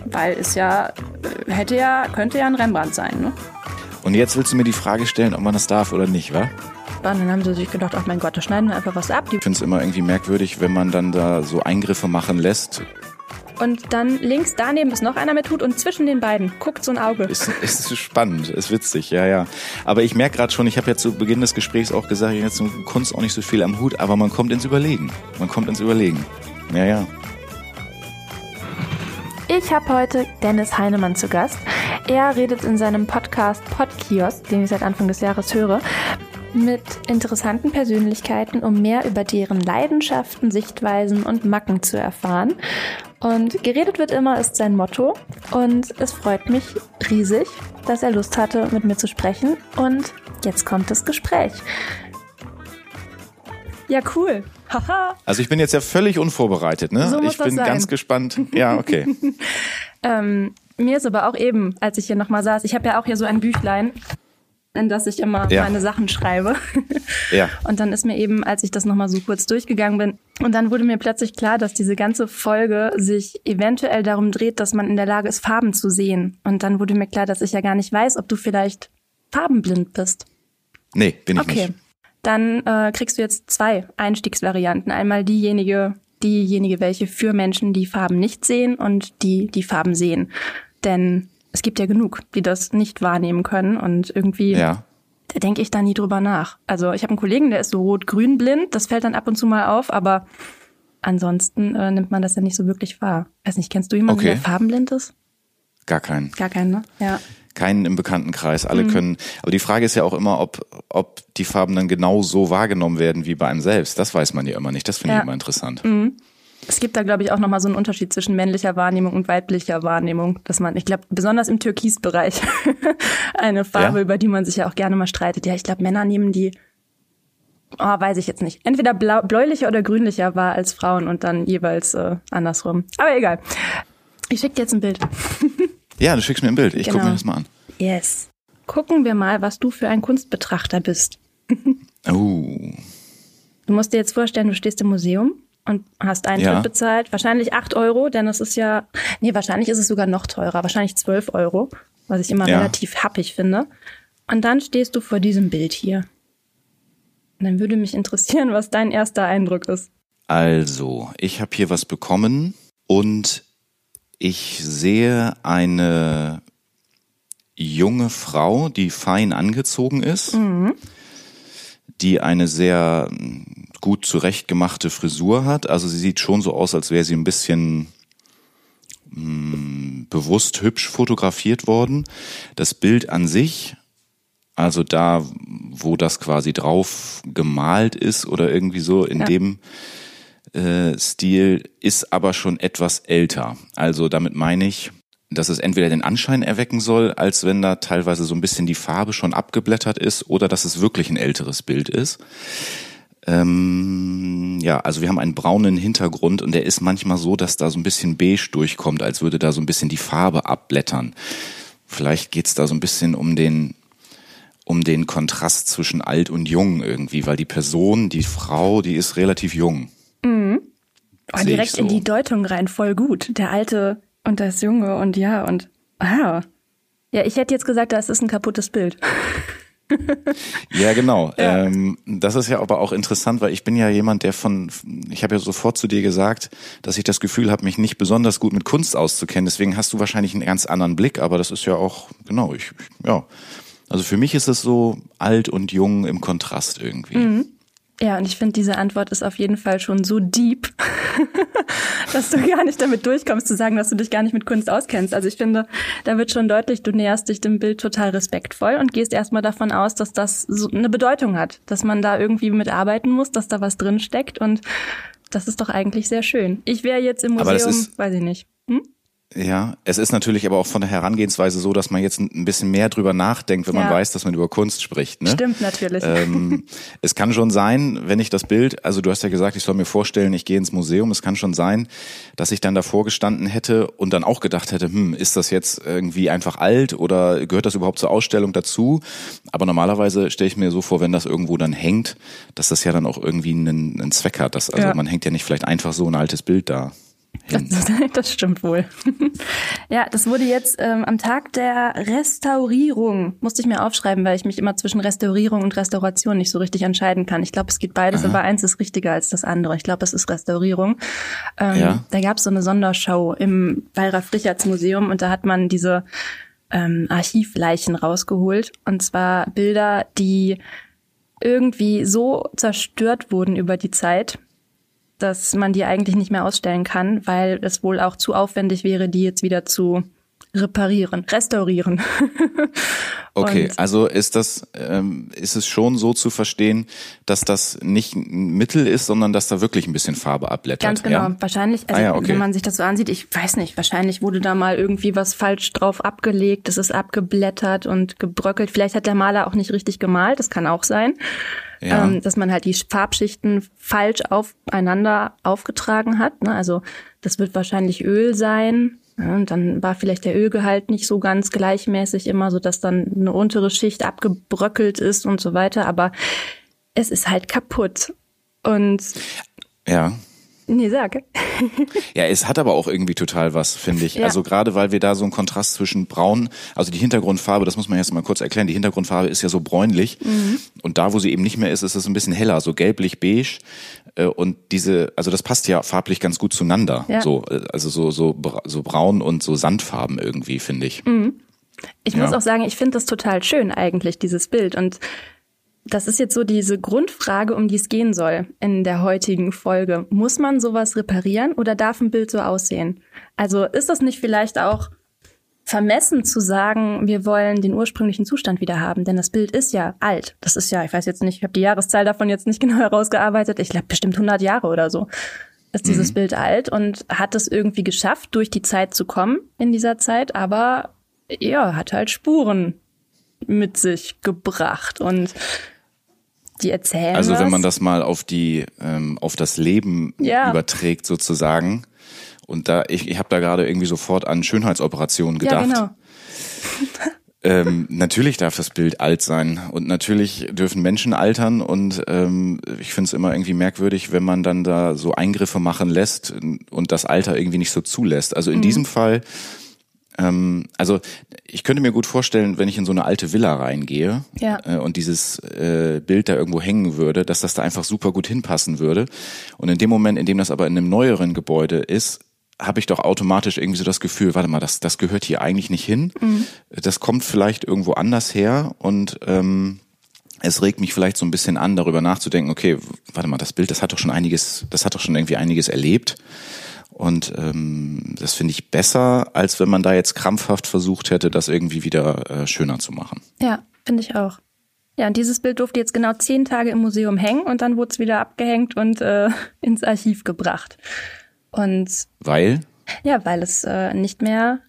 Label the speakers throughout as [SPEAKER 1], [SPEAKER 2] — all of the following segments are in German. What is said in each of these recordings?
[SPEAKER 1] weil könnte ja ein Rembrandt sein, ne?
[SPEAKER 2] Und jetzt willst du mir die Frage stellen, ob man das darf oder nicht, wa?
[SPEAKER 1] Und dann haben sie sich gedacht, ach mein Gott, da schneiden wir einfach was ab.
[SPEAKER 2] Ich finde es immer irgendwie merkwürdig, wenn man dann da so Eingriffe machen lässt.
[SPEAKER 1] Und dann links daneben ist noch einer mit Hut und zwischen den beiden guckt so ein Auge.
[SPEAKER 2] Ist spannend, ist witzig, ja. Aber ich merke gerade schon, ich habe ja zu Beginn des Gesprächs auch gesagt, ich habe jetzt mit Kunst auch nicht so viel am Hut, aber man kommt ins Überlegen. Ja.
[SPEAKER 1] Ich habe heute Dennis Heinemann zu Gast. Er redet in seinem Podcast Podkiosk, den ich seit Anfang des Jahres höre, mit interessanten Persönlichkeiten, um mehr über deren Leidenschaften, Sichtweisen und Macken zu erfahren. Und geredet wird immer ist sein Motto. Und es freut mich riesig, dass er Lust hatte, mit mir zu sprechen. Und jetzt kommt das Gespräch. Ja, cool. Haha.
[SPEAKER 2] Also ich bin jetzt ja völlig unvorbereitet, ne?
[SPEAKER 1] So muss
[SPEAKER 2] ich bin
[SPEAKER 1] das sein.
[SPEAKER 2] Ganz gespannt. Ja, okay.
[SPEAKER 1] Mir ist aber auch eben, als ich hier nochmal saß, ich habe ja auch hier so ein Büchlein, in das ich immer meine Sachen schreibe.
[SPEAKER 2] Ja.
[SPEAKER 1] Und dann ist mir eben, als ich das nochmal so kurz durchgegangen bin, und dann wurde mir plötzlich klar, dass diese ganze Folge sich eventuell darum dreht, dass man in der Lage ist, Farben zu sehen. Und dann wurde mir klar, dass ich ja gar nicht weiß, ob du vielleicht farbenblind bist.
[SPEAKER 2] Nee, bin ich nicht.
[SPEAKER 1] Okay, dann kriegst du jetzt 2 Einstiegsvarianten. Einmal diejenige, welche für Menschen, die Farben nicht sehen und die Farben sehen. Denn es gibt ja genug, die das nicht wahrnehmen können und irgendwie, da denke ich da nie drüber nach. Also ich habe einen Kollegen, der ist so rot-grün blind, das fällt dann ab und zu mal auf, aber ansonsten nimmt man das ja nicht so wirklich wahr. Weiß nicht, kennst du jemanden, der farbenblind ist?
[SPEAKER 2] Gar keinen.
[SPEAKER 1] Gar keinen, ne? Ja.
[SPEAKER 2] Keinen im Bekanntenkreis, alle können, aber die Frage ist ja auch immer, ob die Farben dann genau so wahrgenommen werden wie bei einem selbst. Das weiß man ja immer nicht, das finde ich immer interessant.
[SPEAKER 1] Mhm. Es gibt da, glaube ich, auch nochmal so einen Unterschied zwischen männlicher Wahrnehmung und weiblicher Wahrnehmung, dass man, ich glaube, besonders im Türkisbereich eine Farbe, über die man sich ja auch gerne mal streitet. Ja, ich glaube, Männer nehmen die, weiß ich jetzt nicht, entweder bläulicher oder grünlicher wahr als Frauen und dann jeweils andersrum. Aber egal. Ich schicke dir jetzt ein Bild.
[SPEAKER 2] Ja, du schickst mir ein Bild. Ich gucke mir das mal an.
[SPEAKER 1] Yes. Gucken wir mal, was du für ein Kunstbetrachter bist.
[SPEAKER 2] Du
[SPEAKER 1] musst dir jetzt vorstellen, du stehst im Museum und hast Eintritt bezahlt. Wahrscheinlich 8 €, denn es ist wahrscheinlich ist es sogar noch teurer. Wahrscheinlich 12 €, was ich immer relativ happig finde. Und dann stehst du vor diesem Bild hier. Und dann würde mich interessieren, was dein erster Eindruck ist.
[SPEAKER 2] Also, ich habe hier was bekommen und ich sehe eine junge Frau, die fein angezogen ist, die eine sehr gut zurechtgemachte Frisur hat. Also sie sieht schon so aus, als wäre sie ein bisschen bewusst hübsch fotografiert worden. Das Bild an sich, also da, wo das quasi drauf gemalt ist oder irgendwie so in dem Stil, ist aber schon etwas älter. Also damit meine ich, dass es entweder den Anschein erwecken soll, als wenn da teilweise so ein bisschen die Farbe schon abgeblättert ist, oder dass es wirklich ein älteres Bild ist. Also wir haben einen braunen Hintergrund und der ist manchmal so, dass da so ein bisschen beige durchkommt, als würde da so ein bisschen die Farbe abblättern. Vielleicht geht's da so ein bisschen um den Kontrast zwischen alt und jung irgendwie, weil die Person, die Frau, die ist relativ jung.
[SPEAKER 1] Mhm. Direkt so in die Deutung rein, voll gut. Der Alte und das Junge und ja, ich hätte jetzt gesagt, das ist ein kaputtes Bild.
[SPEAKER 2] Ja, genau. Ja. Das ist ja aber auch interessant, weil ich bin ja jemand, ich habe ja sofort zu dir gesagt, dass ich das Gefühl habe, mich nicht besonders gut mit Kunst auszukennen. Deswegen hast du wahrscheinlich einen ganz anderen Blick, aber das ist ja auch, genau, also für mich ist es so alt und jung im Kontrast irgendwie.
[SPEAKER 1] Mhm. Ja, und ich finde, diese Antwort ist auf jeden Fall schon so deep, dass du gar nicht damit durchkommst, zu sagen, dass du dich gar nicht mit Kunst auskennst. Also ich finde, da wird schon deutlich, du näherst dich dem Bild total respektvoll und gehst erstmal davon aus, dass das so eine Bedeutung hat, dass man da irgendwie mit arbeiten muss, dass da was drin steckt, und das ist doch eigentlich sehr schön. Ich wäre jetzt im Museum, weiß ich nicht.
[SPEAKER 2] Ja, es ist natürlich aber auch von der Herangehensweise so, dass man jetzt ein bisschen mehr drüber nachdenkt, wenn man weiß, dass man über Kunst spricht. Ne?
[SPEAKER 1] Stimmt, natürlich.
[SPEAKER 2] Es kann schon sein, wenn ich das Bild, also du hast ja gesagt, ich soll mir vorstellen, ich gehe ins Museum, es kann schon sein, dass ich dann davor gestanden hätte und dann auch gedacht hätte, ist das jetzt irgendwie einfach alt oder gehört das überhaupt zur Ausstellung dazu? Aber normalerweise stelle ich mir so vor, wenn das irgendwo dann hängt, dass das ja dann auch irgendwie einen Zweck hat. Man hängt ja nicht vielleicht einfach so ein altes Bild da. hin.
[SPEAKER 1] Das stimmt wohl. Ja, das wurde jetzt am Tag der Restaurierung, musste ich mir aufschreiben, weil ich mich immer zwischen Restaurierung und Restauration nicht so richtig entscheiden kann. Ich glaube, es geht beides, aber eins ist richtiger als das andere. Ich glaube, es ist Restaurierung. Da gab es so eine Sondershow im Wallraf-Richartz-Museum und da hat man diese Archivleichen rausgeholt. Und zwar Bilder, die irgendwie so zerstört wurden über die Zeit, dass man die eigentlich nicht mehr ausstellen kann, weil es wohl auch zu aufwendig wäre, die jetzt wieder zu restaurieren.
[SPEAKER 2] Okay, also ist es schon so zu verstehen, dass das nicht ein Mittel ist, sondern dass da wirklich ein bisschen Farbe abblättert?
[SPEAKER 1] Ganz genau.
[SPEAKER 2] Ja?
[SPEAKER 1] Wahrscheinlich, okay. Wenn man sich das so ansieht, ich weiß nicht, wahrscheinlich wurde da mal irgendwie was falsch drauf abgelegt, es ist abgeblättert und gebröckelt. Vielleicht hat der Maler auch nicht richtig gemalt, das kann auch sein. Ja. Dass man halt die Farbschichten falsch aufeinander aufgetragen hat. Ne? Also das wird wahrscheinlich Öl sein. Ja, und dann war vielleicht der Ölgehalt nicht so ganz gleichmäßig immer, so dass dann eine untere Schicht abgebröckelt ist und so weiter. Aber es ist halt kaputt. Und
[SPEAKER 2] ja.
[SPEAKER 1] Nee, sag.
[SPEAKER 2] Ja, es hat aber auch irgendwie total was, finde ich. Ja. Also gerade weil wir da so einen Kontrast zwischen braun, also die Hintergrundfarbe, das muss man jetzt mal kurz erklären, die Hintergrundfarbe ist ja so bräunlich und da, wo sie eben nicht mehr ist, ist es ein bisschen heller, so gelblich-beige und also das passt ja farblich ganz gut zueinander, ja. Also so braun und so Sandfarben irgendwie, finde ich.
[SPEAKER 1] Ich muss auch sagen, ich finde das total schön eigentlich, dieses Bild, und das ist jetzt so diese Grundfrage, um die es gehen soll in der heutigen Folge. Muss man sowas reparieren oder darf ein Bild so aussehen? Also ist das nicht vielleicht auch vermessen zu sagen, wir wollen den ursprünglichen Zustand wieder haben? Denn das Bild ist ja alt. Das ist ja, ich weiß jetzt nicht, ich habe die Jahreszahl davon jetzt nicht genau herausgearbeitet. Ich glaube bestimmt 100 Jahre oder so ist dieses Bild alt und hat es irgendwie geschafft, durch die Zeit zu kommen in dieser Zeit. Aber ja, hat halt Spuren mit sich gebracht und die erzählen
[SPEAKER 2] also wenn man das mal auf das Leben überträgt sozusagen, und da ich habe da gerade irgendwie sofort an Schönheitsoperationen gedacht. Ja, genau. Natürlich darf das Bild alt sein und natürlich dürfen Menschen altern und ich finde es immer irgendwie merkwürdig, wenn man dann da so Eingriffe machen lässt und das Alter irgendwie nicht so zulässt. Also in diesem Fall, also ich könnte mir gut vorstellen, wenn ich in so eine alte Villa reingehe und dieses Bild da irgendwo hängen würde, dass das da einfach super gut hinpassen würde. Und in dem Moment, in dem das aber in einem neueren Gebäude ist, habe ich doch automatisch irgendwie so das Gefühl, warte mal, das gehört hier eigentlich nicht hin. Das kommt vielleicht irgendwo anders her und es regt mich vielleicht so ein bisschen an, darüber nachzudenken, okay, warte mal, das Bild, das hat doch schon irgendwie einiges erlebt. Und das finde ich besser, als wenn man da jetzt krampfhaft versucht hätte, das irgendwie wieder schöner zu machen.
[SPEAKER 1] Ja, finde ich auch. Ja, und dieses Bild durfte jetzt genau 10 Tage im Museum hängen und dann wurde es wieder abgehängt und ins Archiv gebracht. Und
[SPEAKER 2] weil?
[SPEAKER 1] Ja, weil es nicht mehr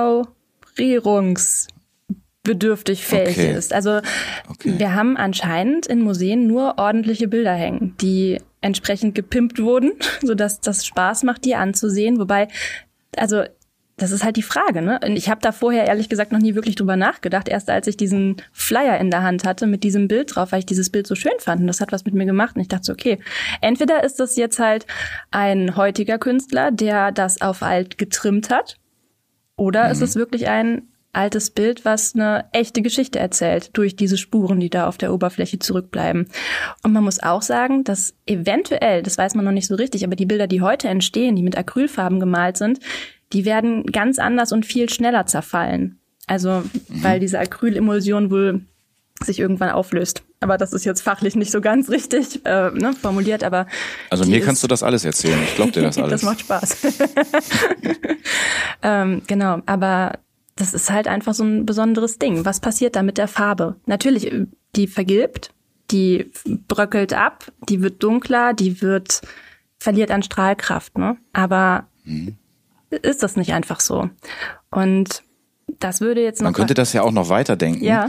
[SPEAKER 1] restaurierungsbedürftig fähig ist. Also wir haben anscheinend in Museen nur ordentliche Bilder hängen, die entsprechend gepimpt wurden, sodass das Spaß macht, die anzusehen. Wobei, also das ist halt die Frage, ne? Und ich habe da vorher ehrlich gesagt noch nie wirklich drüber nachgedacht. Erst als ich diesen Flyer in der Hand hatte mit diesem Bild drauf, weil ich dieses Bild so schön fand. Und das hat was mit mir gemacht. Und ich dachte so, okay, entweder ist das jetzt halt ein heutiger Künstler, der das auf alt getrimmt hat, oder ist es wirklich ein altes Bild, was eine echte Geschichte erzählt durch diese Spuren, die da auf der Oberfläche zurückbleiben. Und man muss auch sagen, dass eventuell, das weiß man noch nicht so richtig, aber die Bilder, die heute entstehen, die mit Acrylfarben gemalt sind, die werden ganz anders und viel schneller zerfallen. Also, weil diese Acrylemulsion wohl sich irgendwann auflöst. Aber das ist jetzt fachlich nicht so ganz richtig formuliert, aber...
[SPEAKER 2] Also mir kannst du das alles erzählen, ich glaube dir das alles.
[SPEAKER 1] Das macht Spaß. Genau, aber das ist halt einfach so ein besonderes Ding. Was passiert da mit der Farbe? Natürlich, die vergilbt, die bröckelt ab, die wird dunkler, verliert an Strahlkraft, ne? Aber ist das nicht einfach so? Und das würde jetzt noch...
[SPEAKER 2] Man könnte das ja auch noch weiterdenken.
[SPEAKER 1] Ja.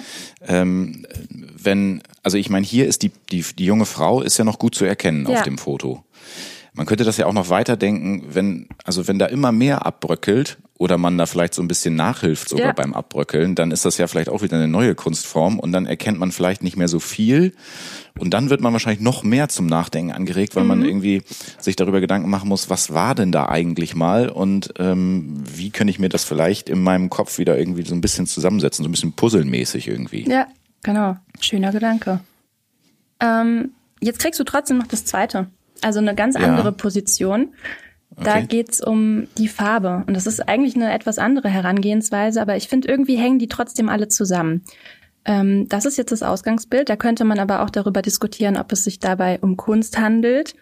[SPEAKER 2] Also ich meine, hier ist die junge Frau ist ja noch gut zu erkennen auf dem Foto. Man könnte das ja auch noch weiterdenken, wenn da immer mehr abbröckelt oder man da vielleicht so ein bisschen nachhilft sogar beim Abbröckeln, dann ist das ja vielleicht auch wieder eine neue Kunstform und dann erkennt man vielleicht nicht mehr so viel und dann wird man wahrscheinlich noch mehr zum Nachdenken angeregt, weil man irgendwie sich darüber Gedanken machen muss, was war denn da eigentlich mal und wie kann ich mir das vielleicht in meinem Kopf wieder irgendwie so ein bisschen zusammensetzen, so ein bisschen puzzelmäßig irgendwie.
[SPEAKER 1] Ja, genau. Schöner Gedanke. Jetzt kriegst du trotzdem noch das zweite. Also eine ganz andere Position. Da geht's um die Farbe. Und das ist eigentlich eine etwas andere Herangehensweise, aber ich finde, irgendwie hängen die trotzdem alle zusammen. Das ist jetzt das Ausgangsbild. Da könnte man aber auch darüber diskutieren, ob es sich dabei um Kunst handelt.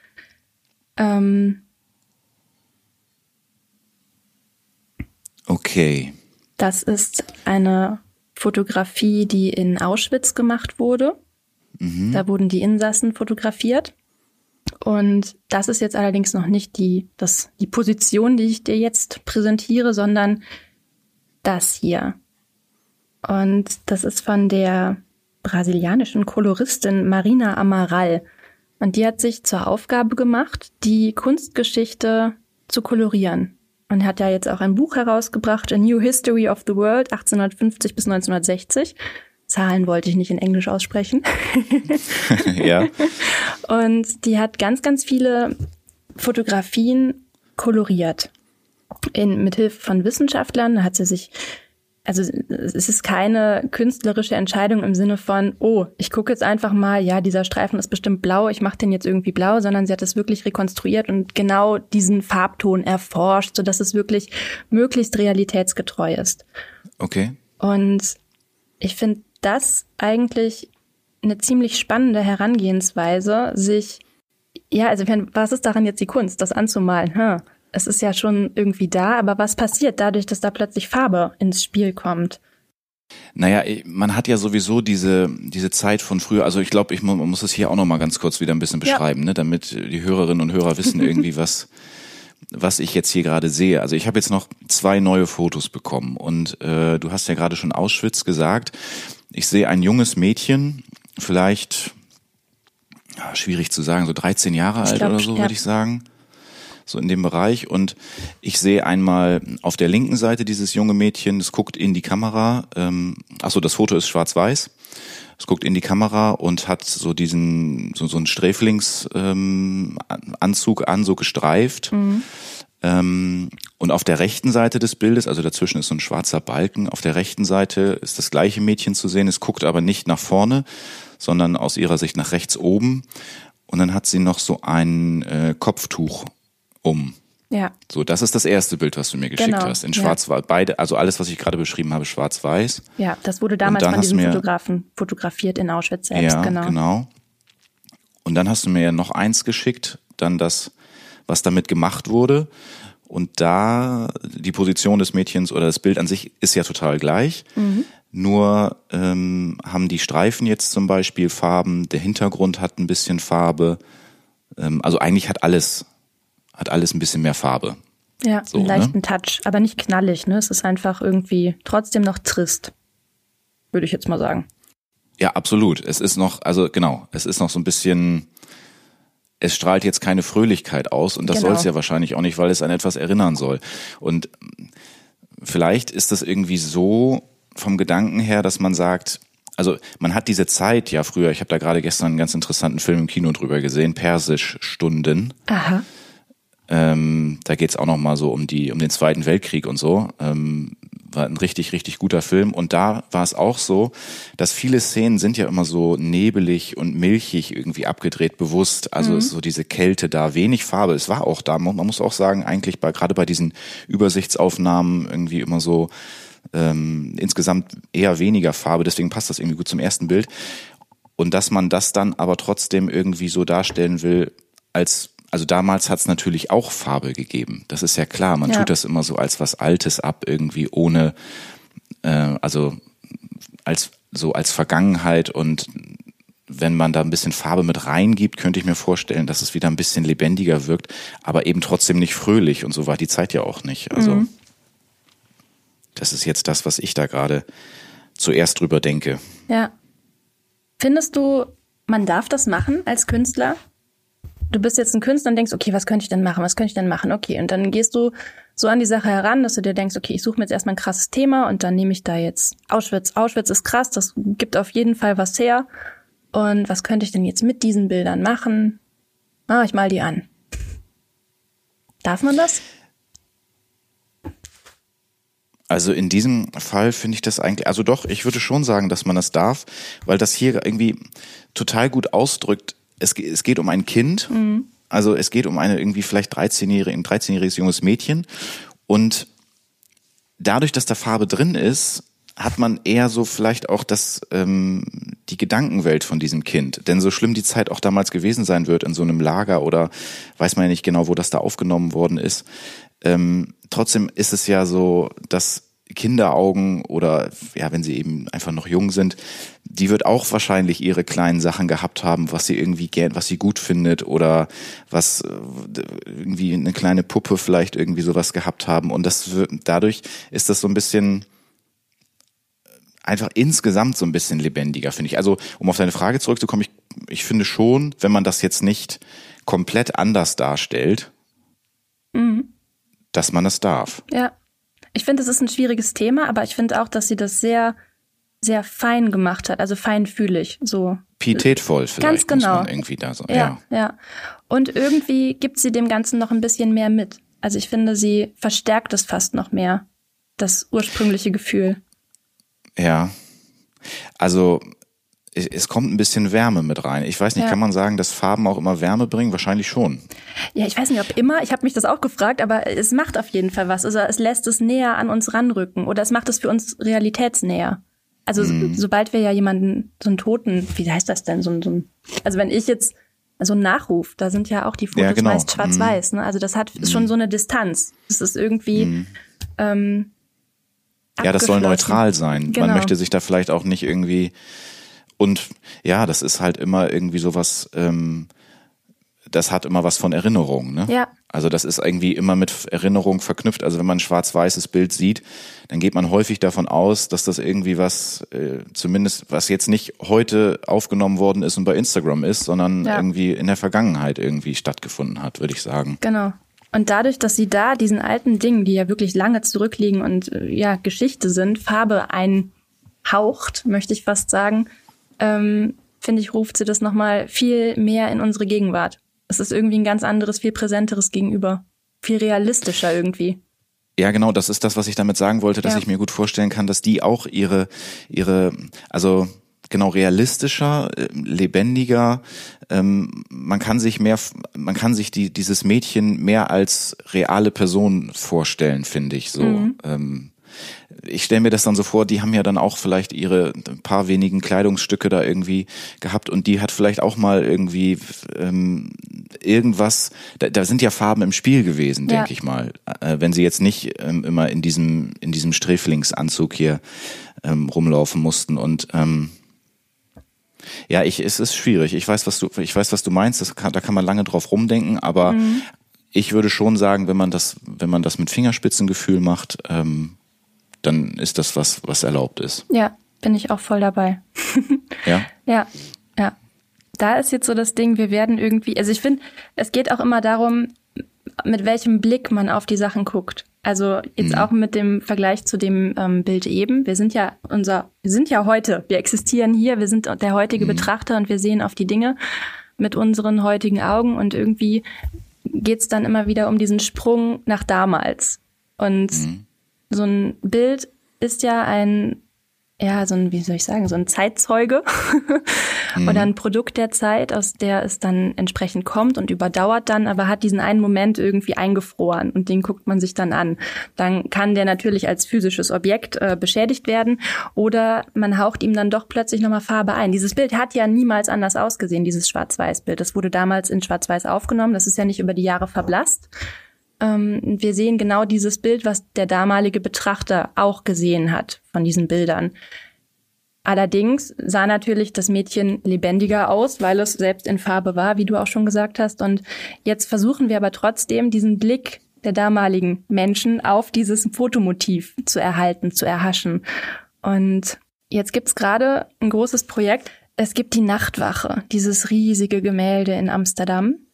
[SPEAKER 2] Okay.
[SPEAKER 1] Das ist eine Fotografie, die in Auschwitz gemacht wurde. Da wurden die Insassen fotografiert. Und das ist jetzt allerdings noch nicht die Position, die ich dir jetzt präsentiere, sondern das hier. Und das ist von der brasilianischen Koloristin Marina Amaral. Und die hat sich zur Aufgabe gemacht, die Kunstgeschichte zu kolorieren. Und hat ja jetzt auch ein Buch herausgebracht, A New History of the World, 1850 bis 1960. Zahlen wollte ich nicht in Englisch aussprechen.
[SPEAKER 2] Ja.
[SPEAKER 1] Und die hat ganz, ganz viele Fotografien koloriert. Mit Hilfe von Wissenschaftlern. Da hat sie sich, also es ist keine künstlerische Entscheidung im Sinne von, oh, ich gucke jetzt einfach mal, ja, dieser Streifen ist bestimmt blau, ich mache den jetzt irgendwie blau, sondern sie hat es wirklich rekonstruiert und genau diesen Farbton erforscht, sodass es wirklich möglichst realitätsgetreu ist.
[SPEAKER 2] Okay.
[SPEAKER 1] Und ich finde das eigentlich eine ziemlich spannende Herangehensweise, was ist daran jetzt die Kunst, das anzumalen? Es ist ja schon irgendwie da, aber was passiert dadurch, dass da plötzlich Farbe ins Spiel kommt?
[SPEAKER 2] Naja, man hat ja sowieso diese Zeit von früher, also ich glaube, man muss es hier auch noch mal ganz kurz wieder ein bisschen beschreiben, ne, damit die Hörerinnen und Hörer wissen irgendwie, was ich jetzt hier gerade sehe. Also ich habe jetzt noch 2 neue Fotos bekommen und du hast ja gerade schon Auschwitz gesagt. Ich sehe ein junges Mädchen, vielleicht, schwierig zu sagen, so 13 Jahre alt oder so, würde ich sagen. So in dem Bereich. Und ich sehe einmal auf der linken Seite dieses junge Mädchen, das guckt in die Kamera. Das Foto ist schwarz-weiß. Es guckt in die Kamera und hat so diesen, so einen Sträflingsanzug an, so gestreift. Und auf der rechten Seite des Bildes, also dazwischen ist so ein schwarzer Balken, auf der rechten Seite ist das gleiche Mädchen zu sehen. Es guckt aber nicht nach vorne, sondern aus ihrer Sicht nach rechts oben. Und dann hat sie noch so ein Kopftuch um.
[SPEAKER 1] Ja.
[SPEAKER 2] So, das ist das erste Bild, was du mir geschickt hast. In Schwarz-Weiß. Beide, also alles, was ich gerade beschrieben habe, schwarz-weiß.
[SPEAKER 1] Ja, das wurde damals von diesem Fotografen fotografiert in Auschwitz selbst.
[SPEAKER 2] Ja, genau. Und dann hast du mir ja noch eins geschickt, dann das, was damit gemacht wurde. Und da, die Position des Mädchens oder das Bild an sich ist ja total gleich. Nur haben die Streifen jetzt zum Beispiel Farben, der Hintergrund hat ein bisschen Farbe. Also eigentlich hat alles ein bisschen mehr Farbe.
[SPEAKER 1] Ja, so, einen leichten Touch, aber nicht knallig, ne? Es ist einfach irgendwie trotzdem noch trist, würde ich jetzt mal sagen.
[SPEAKER 2] Ja, absolut. Es ist noch so ein bisschen, es strahlt jetzt keine Fröhlichkeit aus und das soll es ja wahrscheinlich auch nicht, weil es an etwas erinnern soll. Und vielleicht ist das irgendwie so vom Gedanken her, dass man sagt, also man hat diese Zeit ja früher, ich habe da gerade gestern einen ganz interessanten Film im Kino drüber gesehen, Persisch-Stunden.
[SPEAKER 1] Aha.
[SPEAKER 2] Da geht's auch noch mal so um den Zweiten Weltkrieg und so. War ein richtig, richtig guter Film. Und da war es auch so, dass viele Szenen sind ja immer so nebelig und milchig irgendwie abgedreht, bewusst. Also ist so diese Kälte da, wenig Farbe. Es war auch da, man muss auch sagen, eigentlich gerade bei diesen Übersichtsaufnahmen irgendwie immer so insgesamt eher weniger Farbe. Deswegen passt das irgendwie gut zum ersten Bild. Und dass man das dann aber trotzdem irgendwie so darstellen will, also damals hat es natürlich auch Farbe gegeben. Das ist ja klar. Man tut das immer so als was Altes ab, irgendwie ohne, als Vergangenheit. Und wenn man da ein bisschen Farbe mit reingibt, könnte ich mir vorstellen, dass es wieder ein bisschen lebendiger wirkt, aber eben trotzdem nicht fröhlich. Und so war die Zeit ja auch nicht. Also das ist jetzt das, was ich da gerade zuerst drüber denke.
[SPEAKER 1] Ja. Findest du, man darf das machen als Künstler? du bist jetzt ein Künstler und denkst, okay, was könnte ich denn machen? Okay, und dann gehst du so an die Sache heran, dass du dir denkst, okay, ich suche mir jetzt erstmal ein krasses Thema und dann nehme ich da jetzt Auschwitz. Auschwitz ist krass, das gibt auf jeden Fall was her. Und was könnte ich denn jetzt mit diesen Bildern machen? Ich mal die an. Darf man das?
[SPEAKER 2] Also in diesem Fall finde ich das eigentlich, also doch, ich würde schon sagen, dass man das darf, weil das hier irgendwie total gut ausdrückt, es geht um ein Kind, also es geht um eine irgendwie vielleicht ein 13-jähriges junges Mädchen und dadurch, dass da Farbe drin ist, hat man eher so vielleicht auch die Gedankenwelt von diesem Kind. Denn so schlimm die Zeit auch damals gewesen sein wird in so einem Lager oder weiß man ja nicht genau, wo das da aufgenommen worden ist. Trotzdem ist es ja so, dass Kinderaugen oder ja, wenn sie eben einfach noch jung sind, die wird auch wahrscheinlich ihre kleinen Sachen gehabt haben, was sie gut findet oder was irgendwie eine kleine Puppe vielleicht irgendwie sowas gehabt haben und dadurch ist das so ein bisschen einfach insgesamt so ein bisschen lebendiger, finde ich. Also, um auf deine Frage zurückzukommen, ich finde schon, wenn man das jetzt nicht komplett anders darstellt, dass man das darf.
[SPEAKER 1] Ja, ich finde, es ist ein schwieriges Thema, aber ich finde auch, dass sie das sehr, sehr fein gemacht hat, also feinfühlig, so.
[SPEAKER 2] Pietätvoll vielleicht,
[SPEAKER 1] ganz genau.
[SPEAKER 2] Muss man irgendwie da so.
[SPEAKER 1] Ja. Und irgendwie gibt sie dem Ganzen noch ein bisschen mehr mit. Also ich finde, sie verstärkt es fast noch mehr, das ursprüngliche Gefühl.
[SPEAKER 2] Ja, also es kommt ein bisschen Wärme mit rein. Ich weiß nicht, kann man sagen, dass Farben auch immer Wärme bringen? Wahrscheinlich schon.
[SPEAKER 1] Ja, ich weiß nicht, ob immer. Ich habe mich das auch gefragt, aber es macht auf jeden Fall was. Also es lässt es näher an uns ranrücken oder es macht es für uns realitätsnäher. Also sobald wir ja jemanden, so einen Toten, wie heißt das denn? Also wenn ich jetzt so einen Nachruf, da sind ja auch die Fotos meist schwarz-weiß. Ne? Also das ist schon so eine Distanz. Das ist irgendwie
[SPEAKER 2] ja, das soll neutral sein.
[SPEAKER 1] Genau.
[SPEAKER 2] Man möchte sich da vielleicht auch nicht irgendwie und ja, das ist halt immer irgendwie sowas, das hat immer was von Erinnerung, ne?
[SPEAKER 1] Ja.
[SPEAKER 2] Also das ist irgendwie immer mit Erinnerung verknüpft. Also wenn man ein schwarz-weißes Bild sieht, dann geht man häufig davon aus, dass das irgendwie was, zumindest was jetzt nicht heute aufgenommen worden ist und bei Instagram ist, sondern irgendwie in der Vergangenheit irgendwie stattgefunden hat, würde ich sagen.
[SPEAKER 1] Genau. Und dadurch, dass sie da diesen alten Dingen, die ja wirklich lange zurückliegen und Geschichte sind, Farbe einhaucht, möchte ich fast sagen, finde ich, ruft sie das nochmal viel mehr in unsere Gegenwart. Es ist irgendwie ein ganz anderes, viel präsenteres Gegenüber. Viel realistischer irgendwie.
[SPEAKER 2] Ja, genau, das ist das, was ich damit sagen wollte, dass ich mir gut vorstellen kann, dass die auch ihre, also genau, realistischer, lebendiger, man kann sich dieses Mädchen mehr als reale Person vorstellen, finde ich so. Ich stelle mir das dann so vor, die haben ja dann auch vielleicht ihre paar wenigen Kleidungsstücke da irgendwie gehabt und die hat vielleicht auch mal irgendwie irgendwas, da sind ja Farben im Spiel gewesen, denke ich mal. Wenn sie jetzt nicht immer in diesem Sträflingsanzug hier rumlaufen mussten und ja, es ist schwierig. Ich weiß, was du meinst. Da kann man lange drauf rumdenken, aber ich würde schon sagen, wenn man das mit Fingerspitzengefühl macht, dann ist das was erlaubt ist.
[SPEAKER 1] Ja, bin ich auch voll dabei.
[SPEAKER 2] Ja?
[SPEAKER 1] Ja. Da ist jetzt so das Ding, wir werden irgendwie, also ich finde, es geht auch immer darum, mit welchem Blick man auf die Sachen guckt. Also jetzt auch mit dem Vergleich zu dem Bild eben. Wir sind ja heute, wir existieren hier, wir sind der heutige Betrachter und wir sehen auf die Dinge mit unseren heutigen Augen und irgendwie geht's dann immer wieder um diesen Sprung nach damals. Und so ein Bild ist ja so ein Zeitzeuge oder ein Produkt der Zeit, aus der es dann entsprechend kommt und überdauert dann, aber hat diesen einen Moment irgendwie eingefroren und den guckt man sich dann an. Dann kann der natürlich als physisches Objekt beschädigt werden oder man haucht ihm dann doch plötzlich nochmal Farbe ein. Dieses Bild hat ja niemals anders ausgesehen, dieses Schwarz-Weiß-Bild. Das wurde damals in Schwarz-Weiß aufgenommen, das ist ja nicht über die Jahre verblasst. Wir sehen genau dieses Bild, was der damalige Betrachter auch gesehen hat von diesen Bildern. Allerdings sah natürlich das Mädchen lebendiger aus, weil es selbst in Farbe war, wie du auch schon gesagt hast. Und jetzt versuchen wir aber trotzdem, diesen Blick der damaligen Menschen auf dieses Fotomotiv zu erhalten, zu erhaschen. Und jetzt gibt's gerade ein großes Projekt. Es gibt die Nachtwache, dieses riesige Gemälde in Amsterdam.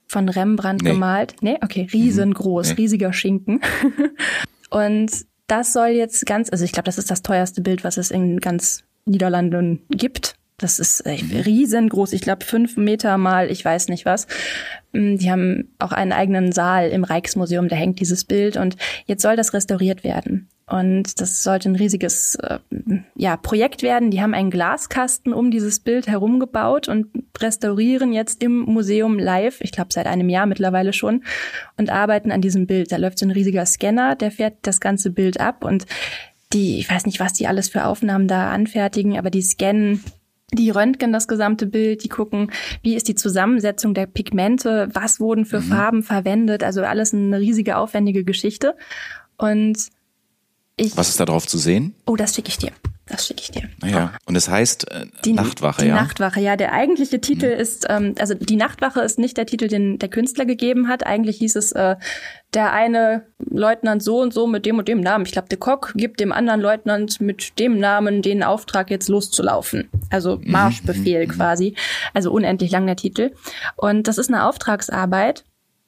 [SPEAKER 1] von Rembrandt gemalt. Nee, okay, riesengroß, riesiger Schinken. Und das soll jetzt also ich glaube, das ist das teuerste Bild, was es in ganz Niederlanden gibt. Das ist riesengroß, ich glaube 5 Meter mal, ich weiß nicht was. Die haben auch einen eigenen Saal im Rijksmuseum, da hängt dieses Bild und jetzt soll das restauriert werden. Und das sollte ein riesiges Projekt werden. Die haben einen Glaskasten um dieses Bild herum gebaut und restaurieren jetzt im Museum live, ich glaube seit einem Jahr mittlerweile schon, und arbeiten an diesem Bild. Da läuft so ein riesiger Scanner, der fährt das ganze Bild ab und ich weiß nicht, was die alles für Aufnahmen da anfertigen, aber die scannen, die röntgen das gesamte Bild, die gucken, wie ist die Zusammensetzung der Pigmente, was wurden für Farben verwendet, also alles eine riesige, aufwendige Geschichte. Und
[SPEAKER 2] was ist da drauf zu sehen?
[SPEAKER 1] Oh, das schicke ich dir.
[SPEAKER 2] Naja, und es heißt Nachtwache,
[SPEAKER 1] Die Nachtwache, ja. Der eigentliche Titel ist, also die Nachtwache ist nicht der Titel, den der Künstler gegeben hat. Eigentlich hieß es, der eine Leutnant so und so mit dem und dem Namen. Ich glaube, de Kock gibt dem anderen Leutnant mit dem Namen den Auftrag, jetzt loszulaufen. Also Marschbefehl quasi. Also unendlich lang der Titel. Und das ist eine Auftragsarbeit.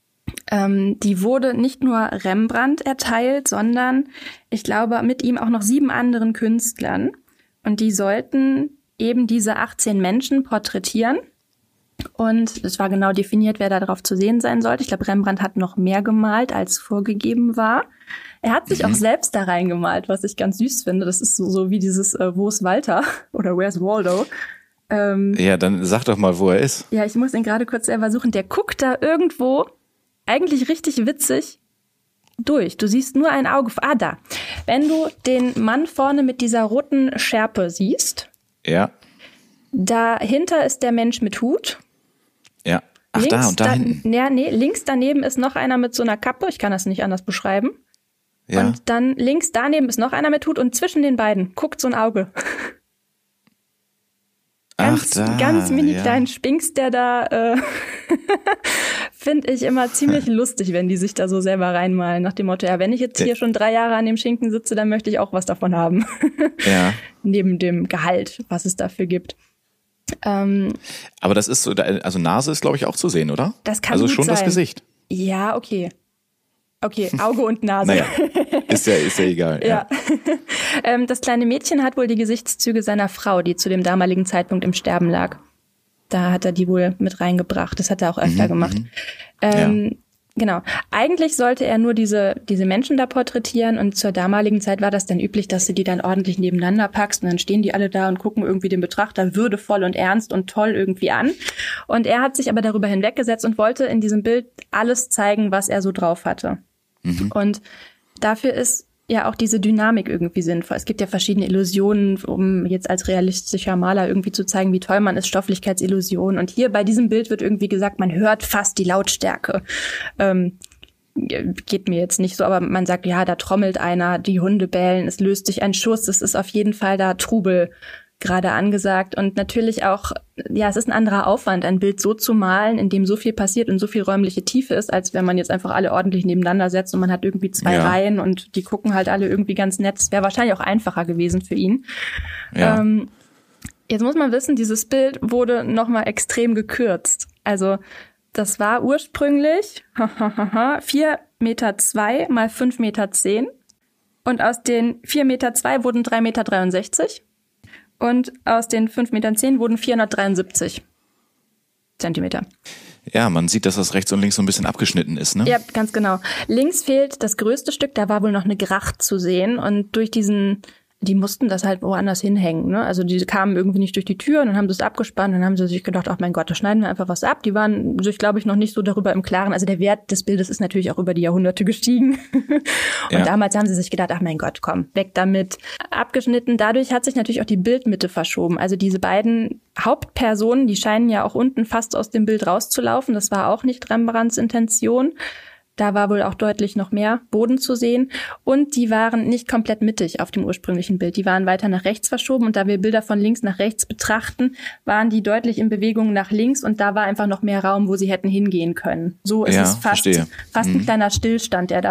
[SPEAKER 1] Die wurde nicht nur Rembrandt erteilt, sondern ich glaube mit ihm auch noch 7 anderen Künstlern. Und die sollten eben diese 18 Menschen porträtieren. Und es war genau definiert, wer da drauf zu sehen sein sollte. Ich glaube, Rembrandt hat noch mehr gemalt, als vorgegeben war. Er hat sich auch selbst da reingemalt, was ich ganz süß finde. Das ist so wie dieses Wo ist Walter oder Where's Waldo?
[SPEAKER 2] Ja, dann sag doch mal, wo er ist.
[SPEAKER 1] Ja, ich muss ihn gerade kurz selber suchen. Der guckt da irgendwo, eigentlich richtig witzig, durch. Du siehst nur ein Auge. Ah, da. Wenn du den Mann vorne mit dieser roten Schärpe siehst.
[SPEAKER 2] Ja.
[SPEAKER 1] Dahinter ist der Mensch mit Hut.
[SPEAKER 2] Ja. Ach, links, da und da hinten.
[SPEAKER 1] Ja, nee, links daneben ist noch einer mit so einer Kappe. Ich kann das nicht anders beschreiben. Ja. Und dann links daneben ist noch einer mit Hut und zwischen den beiden guckt so ein Auge. Ganz mini kleinen Spinks, der da finde ich immer ziemlich lustig, wenn die sich da so selber reinmalen, nach dem Motto, ja, wenn ich jetzt hier schon 3 Jahre an dem Schinken sitze, dann möchte ich auch was davon haben. Ja. Neben dem Gehalt, was es dafür gibt.
[SPEAKER 2] Aber das ist so, also Nase ist, glaube ich, auch zu sehen, oder?
[SPEAKER 1] Das kann
[SPEAKER 2] also
[SPEAKER 1] gut
[SPEAKER 2] schon
[SPEAKER 1] sein.
[SPEAKER 2] Das Gesicht.
[SPEAKER 1] Ja, okay. Okay, Auge und Nase.
[SPEAKER 2] Naja, ist ja egal.
[SPEAKER 1] Ja. Das kleine Mädchen hat wohl die Gesichtszüge seiner Frau, die zu dem damaligen Zeitpunkt im Sterben lag. Da hat er die wohl mit reingebracht. Das hat er auch öfter gemacht. Genau. Eigentlich sollte er nur diese Menschen da porträtieren und zur damaligen Zeit war das dann üblich, dass du die dann ordentlich nebeneinander packst und dann stehen die alle da und gucken irgendwie den Betrachter würdevoll und ernst und toll irgendwie an. Und er hat sich aber darüber hinweggesetzt und wollte in diesem Bild alles zeigen, was er so drauf hatte. Und dafür ist ja auch diese Dynamik irgendwie sinnvoll. Es gibt ja verschiedene Illusionen, um jetzt als realistischer Maler irgendwie zu zeigen, wie toll man ist, Stofflichkeitsillusionen. Und hier bei diesem Bild wird irgendwie gesagt, man hört fast die Lautstärke. Geht mir jetzt nicht so, aber man sagt, ja, da trommelt einer, die Hunde bellen, es löst sich ein Schuss, es ist auf jeden Fall da Trubel gerade angesagt. Und natürlich auch, ja, es ist ein anderer Aufwand, ein Bild so zu malen, in dem so viel passiert und so viel räumliche Tiefe ist, als wenn man jetzt einfach alle ordentlich nebeneinander setzt und man hat irgendwie 2 Reihen und die gucken halt alle irgendwie ganz nett. Das wäre wahrscheinlich auch einfacher gewesen für ihn. Ja. Jetzt muss man wissen, dieses Bild wurde nochmal extrem gekürzt. Also das war ursprünglich 4,2 Meter mal 5,10 Meter. Und aus den 4,2 Meter wurden 3,63 Meter. Und aus den 5,10 Meter wurden 473 Zentimeter.
[SPEAKER 2] Ja, man sieht, dass das rechts und links so ein bisschen abgeschnitten ist, ne?
[SPEAKER 1] Ja, ganz genau. Links fehlt das größte Stück, da war wohl noch eine Gracht zu sehen. Und durch die mussten das halt woanders hinhängen, ne? Also die kamen irgendwie nicht durch die Tür und dann haben sie es abgespannt und dann haben sie sich gedacht, ach mein Gott, da schneiden wir einfach was ab. Die waren sich, glaube ich, noch nicht so darüber im Klaren. Also der Wert des Bildes ist natürlich auch über die Jahrhunderte gestiegen. Und damals haben sie sich gedacht, ach mein Gott, komm, weg damit. Abgeschnitten. Dadurch hat sich natürlich auch die Bildmitte verschoben. Also diese beiden Hauptpersonen, die scheinen ja auch unten fast aus dem Bild rauszulaufen. Das war auch nicht Rembrandts Intention. Da war wohl auch deutlich noch mehr Boden zu sehen. Und die waren nicht komplett mittig auf dem ursprünglichen Bild. Die waren weiter nach rechts verschoben. Und da wir Bilder von links nach rechts betrachten, waren die deutlich in Bewegung nach links. Und da war einfach noch mehr Raum, wo sie hätten hingehen können. So ist es fast ein kleiner Stillstand, der da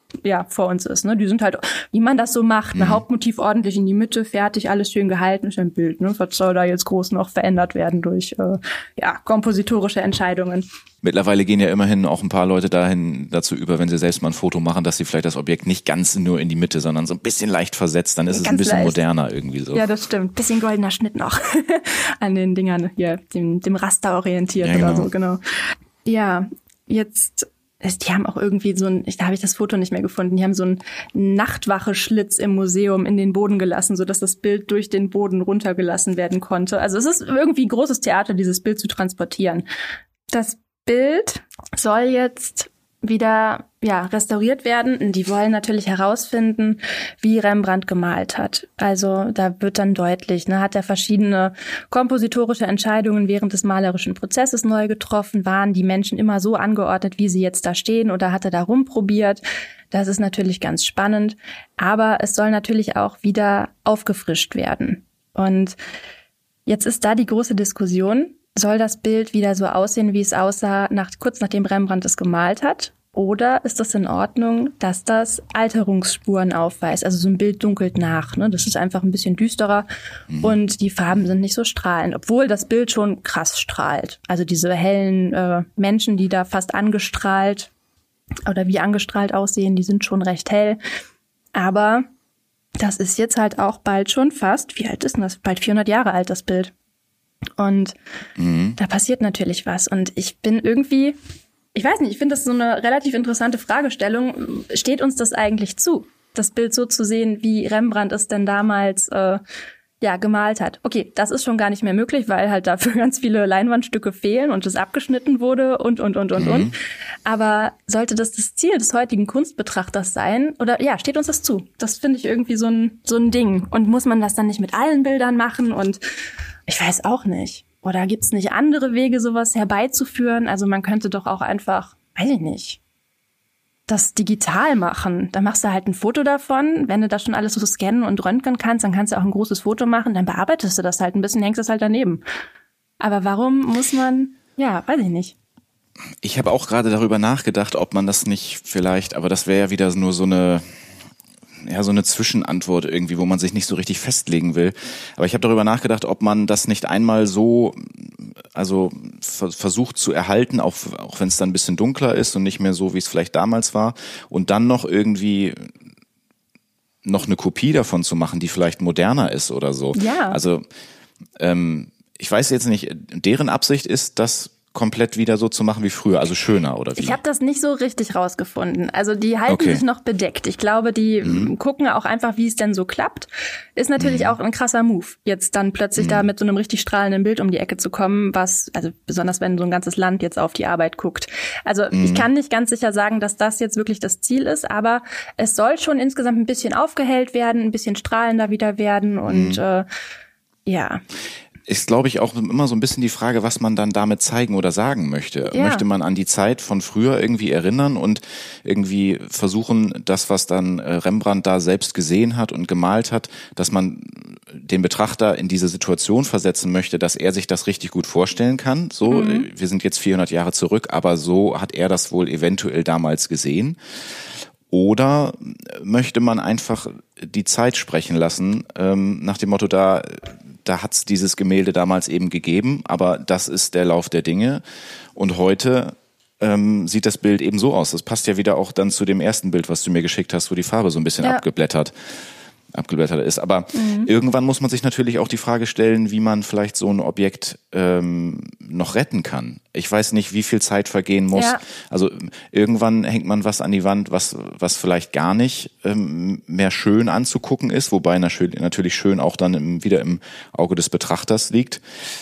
[SPEAKER 1] vor uns ist. Ne? Die sind halt, wie man das so macht, ein Hauptmotiv ordentlich in die Mitte, fertig, alles schön gehalten, ist ein Bild. Ne? Was soll da jetzt groß noch verändert werden durch kompositorische Entscheidungen?
[SPEAKER 2] Mittlerweile gehen ja immerhin auch ein paar Leute dazu über, wenn sie selbst mal ein Foto machen, dass sie vielleicht das Objekt nicht ganz nur in die Mitte, sondern so ein bisschen leicht versetzt, dann ist es ein bisschen moderner irgendwie so.
[SPEAKER 1] Ja, das stimmt. Bisschen goldener Schnitt noch an den Dingern hier, dem Raster orientiert
[SPEAKER 2] ja,
[SPEAKER 1] oder so, genau. Ja, jetzt, die haben auch irgendwie da habe ich das Foto nicht mehr gefunden, die haben so einen Nachtwache-Schlitz im Museum in den Boden gelassen, sodass das Bild durch den Boden runtergelassen werden konnte. Also es ist irgendwie großes Theater, dieses Bild zu transportieren. Das Bild soll jetzt wieder restauriert werden. Die wollen natürlich herausfinden, wie Rembrandt gemalt hat. Also da wird dann deutlich, hat er verschiedene kompositorische Entscheidungen während des malerischen Prozesses neu getroffen? Waren die Menschen immer so angeordnet, wie sie jetzt da stehen, oder hat er da rumprobiert? Das ist natürlich ganz spannend. Aber es soll natürlich auch wieder aufgefrischt werden. Und jetzt ist da die große Diskussion: Soll das Bild wieder so aussehen, wie es aussah, kurz nachdem Rembrandt es gemalt hat? Oder ist das in Ordnung, dass das Alterungsspuren aufweist? Also so ein Bild dunkelt nach. Ne? Das ist einfach ein bisschen düsterer und die Farben sind nicht so strahlend, obwohl das Bild schon krass strahlt. Also diese hellen Menschen, die da fast angestrahlt oder wie angestrahlt aussehen, die sind schon recht hell. Aber das ist jetzt halt auch bald schon fast, wie alt ist denn das? Bald 400 Jahre alt, das Bild. Und da passiert natürlich was. Und ich bin irgendwie, ich weiß nicht, ich finde das so eine relativ interessante Fragestellung. Steht uns das eigentlich zu, das Bild so zu sehen, wie Rembrandt es denn damals gemalt hat? Okay, das ist schon gar nicht mehr möglich, weil halt dafür ganz viele Leinwandstücke fehlen und es abgeschnitten wurde und. Aber sollte das Ziel des heutigen Kunstbetrachters sein? Oder steht uns das zu? Das finde ich irgendwie so ein Ding. Und muss man das dann nicht mit allen Bildern machen? Und ich weiß auch nicht. Oder gibt's nicht andere Wege, sowas herbeizuführen? Also man könnte doch auch einfach, weiß ich nicht, das digital machen. Dann machst du halt ein Foto davon. Wenn du das schon alles so scannen und röntgen kannst, dann kannst du auch ein großes Foto machen. Dann bearbeitest du das halt ein bisschen, hängst das halt daneben. Aber warum muss man, weiß ich nicht.
[SPEAKER 2] Ich habe auch gerade darüber nachgedacht, ob man das nicht vielleicht, aber das wäre ja wieder nur so eine Zwischenantwort irgendwie, wo man sich nicht so richtig festlegen will. Aber ich habe darüber nachgedacht, ob man das nicht einmal so, versucht zu erhalten, auch wenn es dann ein bisschen dunkler ist und nicht mehr so, wie es vielleicht damals war, und dann noch irgendwie noch eine Kopie davon zu machen, die vielleicht moderner ist oder so.
[SPEAKER 1] Ja.
[SPEAKER 2] Also ich weiß jetzt nicht, deren Absicht ist, das komplett wieder so zu machen wie früher, also schöner oder wie?
[SPEAKER 1] Ich habe das nicht so richtig rausgefunden. Also die halten sich noch bedeckt. Ich glaube, die gucken auch einfach, wie es denn so klappt. Ist natürlich auch ein krasser Move, jetzt dann plötzlich da mit so einem richtig strahlenden Bild um die Ecke zu kommen, also besonders wenn so ein ganzes Land jetzt auf die Arbeit guckt. Also ich kann nicht ganz sicher sagen, dass das jetzt wirklich das Ziel ist, aber es soll schon insgesamt ein bisschen aufgehellt werden, ein bisschen strahlender wieder werden und
[SPEAKER 2] Ist, glaube ich, auch immer so ein bisschen die Frage, was man dann damit zeigen oder sagen möchte. Ja. Möchte man an die Zeit von früher irgendwie erinnern und irgendwie versuchen, das, was dann Rembrandt da selbst gesehen hat und gemalt hat, dass man den Betrachter in diese Situation versetzen möchte, dass er sich das richtig gut vorstellen kann. So, wir sind jetzt 400 Jahre zurück, aber so hat er das wohl eventuell damals gesehen. Oder möchte man einfach die Zeit sprechen lassen, nach dem Motto, da hat's dieses Gemälde damals eben gegeben, aber das ist der Lauf der Dinge. Und heute sieht das Bild eben so aus. Das passt ja wieder auch dann zu dem ersten Bild, was du mir geschickt hast, wo die Farbe so ein bisschen abgeblättert ist. Aber irgendwann muss man sich natürlich auch die Frage stellen, wie man vielleicht so ein Objekt noch retten kann. Ich weiß nicht, wie viel Zeit vergehen muss. Ja. Also irgendwann hängt man was an die Wand, was vielleicht gar nicht mehr schön anzugucken ist, wobei natürlich schön auch dann wieder im Auge des Betrachters liegt.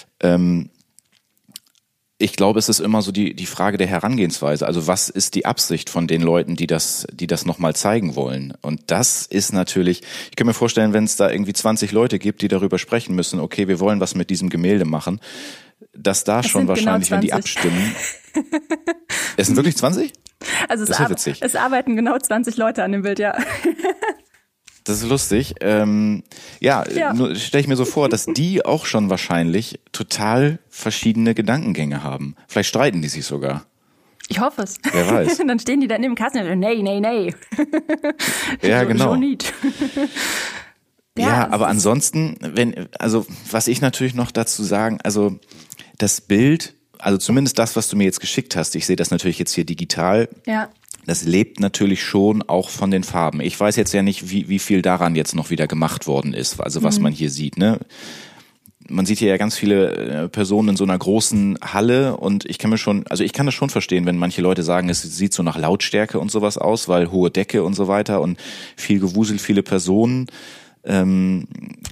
[SPEAKER 2] Ich glaube, es ist immer so die Frage der Herangehensweise. Also was ist die Absicht von den Leuten, die das nochmal zeigen wollen? Und das ist natürlich, ich kann mir vorstellen, wenn es da irgendwie 20 Leute gibt, die darüber sprechen müssen, okay, wir wollen was mit diesem Gemälde machen, dass da das schon wahrscheinlich, genau, wenn die abstimmen. Es sind wirklich 20?
[SPEAKER 1] Also es arbeiten genau 20 Leute an dem Bild, ja.
[SPEAKER 2] Das ist lustig. Nur stelle ich mir so vor, dass die auch schon wahrscheinlich total verschiedene Gedankengänge haben. Vielleicht streiten die sich sogar.
[SPEAKER 1] Ich hoffe es.
[SPEAKER 2] Wer weiß.
[SPEAKER 1] Dann stehen die da neben dem Kasten und nee.
[SPEAKER 2] Ja,
[SPEAKER 1] so,
[SPEAKER 2] genau.
[SPEAKER 1] So nicht.
[SPEAKER 2] Ja, aber ansonsten, was ich natürlich noch dazu sagen, also das Bild, also zumindest das, was du mir jetzt geschickt hast, ich sehe das natürlich jetzt hier digital.
[SPEAKER 1] Ja.
[SPEAKER 2] Das lebt natürlich schon auch von den Farben. Ich weiß jetzt ja nicht, wie viel daran jetzt noch wieder gemacht worden ist, also was man hier sieht, ne? Man sieht hier ja ganz viele Personen in so einer großen Halle und ich kann das schon verstehen, wenn manche Leute sagen, es sieht so nach Lautstärke und sowas aus, weil hohe Decke und so weiter und viel Gewusel, viele Personen. Einen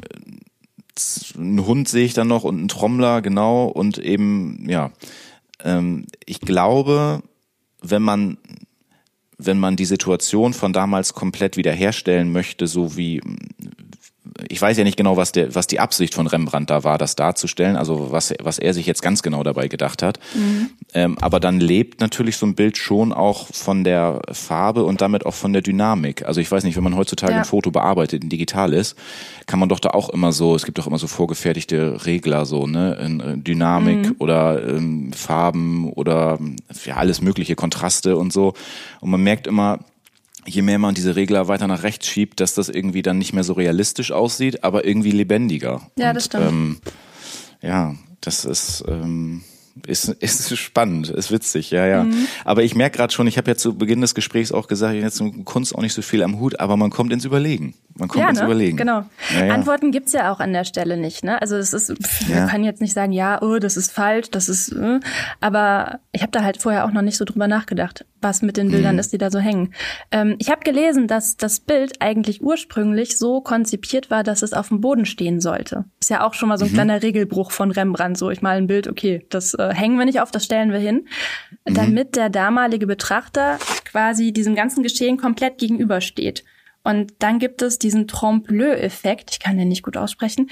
[SPEAKER 2] Hund sehe ich dann noch und einen Trommler, genau, und eben, ja, ich glaube, wenn man die Situation von damals komplett wiederherstellen möchte, so wie, ich weiß ja nicht genau, was die Absicht von Rembrandt da war, das darzustellen, also was er sich jetzt ganz genau dabei gedacht hat. Aber dann lebt natürlich so ein Bild schon auch von der Farbe und damit auch von der Dynamik. Also ich weiß nicht, wenn man heutzutage ein Foto bearbeitet, digital ist, kann man doch da auch immer so, es gibt doch immer so vorgefertigte Regler, so, ne, in Dynamik oder Farben oder ja, alles mögliche, Kontraste und so. Und man merkt immer, je mehr man diese Regler weiter nach rechts schiebt, dass das irgendwie dann nicht mehr so realistisch aussieht, aber irgendwie lebendiger.
[SPEAKER 1] Ja, das stimmt.
[SPEAKER 2] Ja, das ist spannend, ist witzig, ja. Aber ich merke gerade schon, ich habe ja zu Beginn des Gesprächs auch gesagt, ich habe jetzt mit Kunst auch nicht so viel am Hut, aber man kommt ins Überlegen. Überlegen.
[SPEAKER 1] Genau.
[SPEAKER 2] Ja.
[SPEAKER 1] Antworten gibt's ja auch an der Stelle nicht, ne? Also es ist, man kann jetzt nicht sagen, ja, oh, das ist falsch, das ist, aber ich habe da halt vorher auch noch nicht so drüber nachgedacht, was mit den Bildern ist, die da so hängen. Ich habe gelesen, dass das Bild eigentlich ursprünglich so konzipiert war, dass es auf dem Boden stehen sollte. Ist ja auch schon mal so ein kleiner Regelbruch von Rembrandt, so ich mal ein Bild, okay, das hängen wir nicht auf, das stellen wir hin, damit der damalige Betrachter quasi diesem ganzen Geschehen komplett gegenübersteht. Und dann gibt es diesen Trompe-l'œil-Effekt, ich kann den nicht gut aussprechen,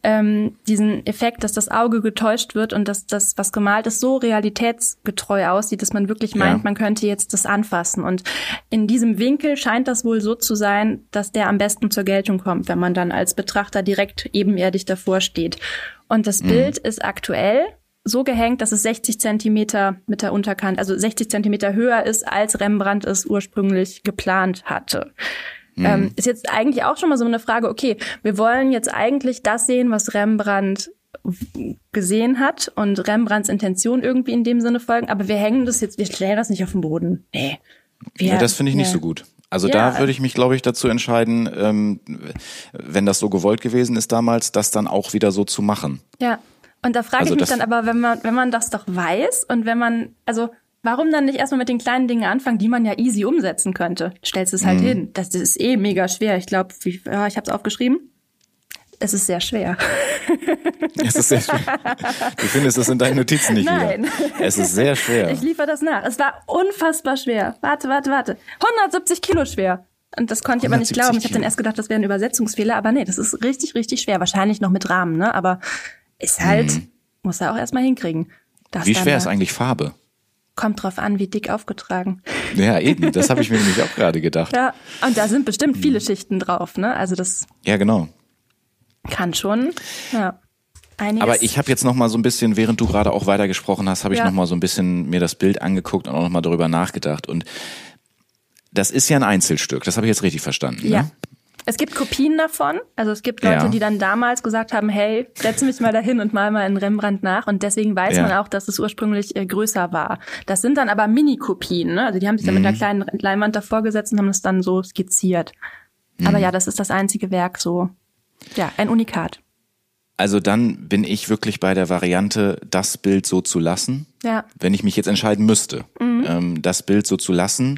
[SPEAKER 1] diesen Effekt, dass das Auge getäuscht wird und dass das, was gemalt ist, so realitätsgetreu aussieht, dass man wirklich meint, man könnte jetzt das anfassen. Und in diesem Winkel scheint das wohl so zu sein, dass der am besten zur Geltung kommt, wenn man dann als Betrachter direkt ebenerdig davor steht. Und das Bild ist aktuell so gehängt, dass es 60 Zentimeter mit der Unterkante, also 60 Zentimeter höher ist, als Rembrandt es ursprünglich geplant hatte. Ist jetzt eigentlich auch schon mal so eine Frage, okay, wir wollen jetzt eigentlich das sehen, was Rembrandt gesehen hat und Rembrandts Intention irgendwie in dem Sinne folgen, aber wir stellen das nicht auf den Boden. Nee.
[SPEAKER 2] Ja, das finde ich nicht so gut. Also da würde ich mich, glaube ich, dazu entscheiden, wenn das so gewollt gewesen ist damals, das dann auch wieder so zu machen.
[SPEAKER 1] Ja, und da frage ich mich dann aber, wenn man das doch weiß und warum dann nicht erstmal mit den kleinen Dingen anfangen, die man ja easy umsetzen könnte? Stellst es halt hin. Das ist mega schwer. Ich glaube, ich habe es aufgeschrieben. Es ist sehr schwer.
[SPEAKER 2] Es ist sehr schwer. Du findest es in deinen Notizen nicht
[SPEAKER 1] Nein.
[SPEAKER 2] wieder. Es ist sehr schwer.
[SPEAKER 1] Ich liefere das nach. Es war unfassbar schwer. Warte. 170 Kilo schwer. Und das konnte ich aber nicht glauben. Ich habe dann erst gedacht, das wäre ein Übersetzungsfehler. Aber nee, das ist richtig, richtig schwer. Wahrscheinlich noch mit Rahmen, ne? Aber ist halt, muss er auch erstmal hinkriegen.
[SPEAKER 2] Wie schwer ist eigentlich Farbe?
[SPEAKER 1] Kommt drauf an, wie dick aufgetragen.
[SPEAKER 2] Ja, eben. Das habe ich mir nämlich auch gerade gedacht.
[SPEAKER 1] Ja, und da sind bestimmt viele Schichten drauf, ne? Also das.
[SPEAKER 2] Ja, genau.
[SPEAKER 1] Kann schon, ja. Einiges.
[SPEAKER 2] Aber ich habe jetzt noch mal so ein bisschen, während du gerade auch weitergesprochen hast, habe ich noch mal so ein bisschen mir das Bild angeguckt und auch noch mal darüber nachgedacht. Und das ist ja ein Einzelstück. Das habe ich jetzt richtig verstanden.
[SPEAKER 1] Ja.
[SPEAKER 2] Ne?
[SPEAKER 1] Es gibt Kopien davon. Also es gibt Leute, die dann damals gesagt haben, hey, setz mich mal dahin und mal in Rembrandt nach. Und deswegen weiß man auch, dass es ursprünglich größer war. Das sind dann aber Mini-Kopien. Ne? Also die haben sich dann mit einer kleinen Leinwand davor gesetzt und haben das dann so skizziert. Aber ja, das ist das einzige Werk so. Ja, ein Unikat.
[SPEAKER 2] Also dann bin ich wirklich bei der Variante, das Bild so zu lassen. Ja. Wenn ich mich jetzt entscheiden müsste, das Bild so zu lassen,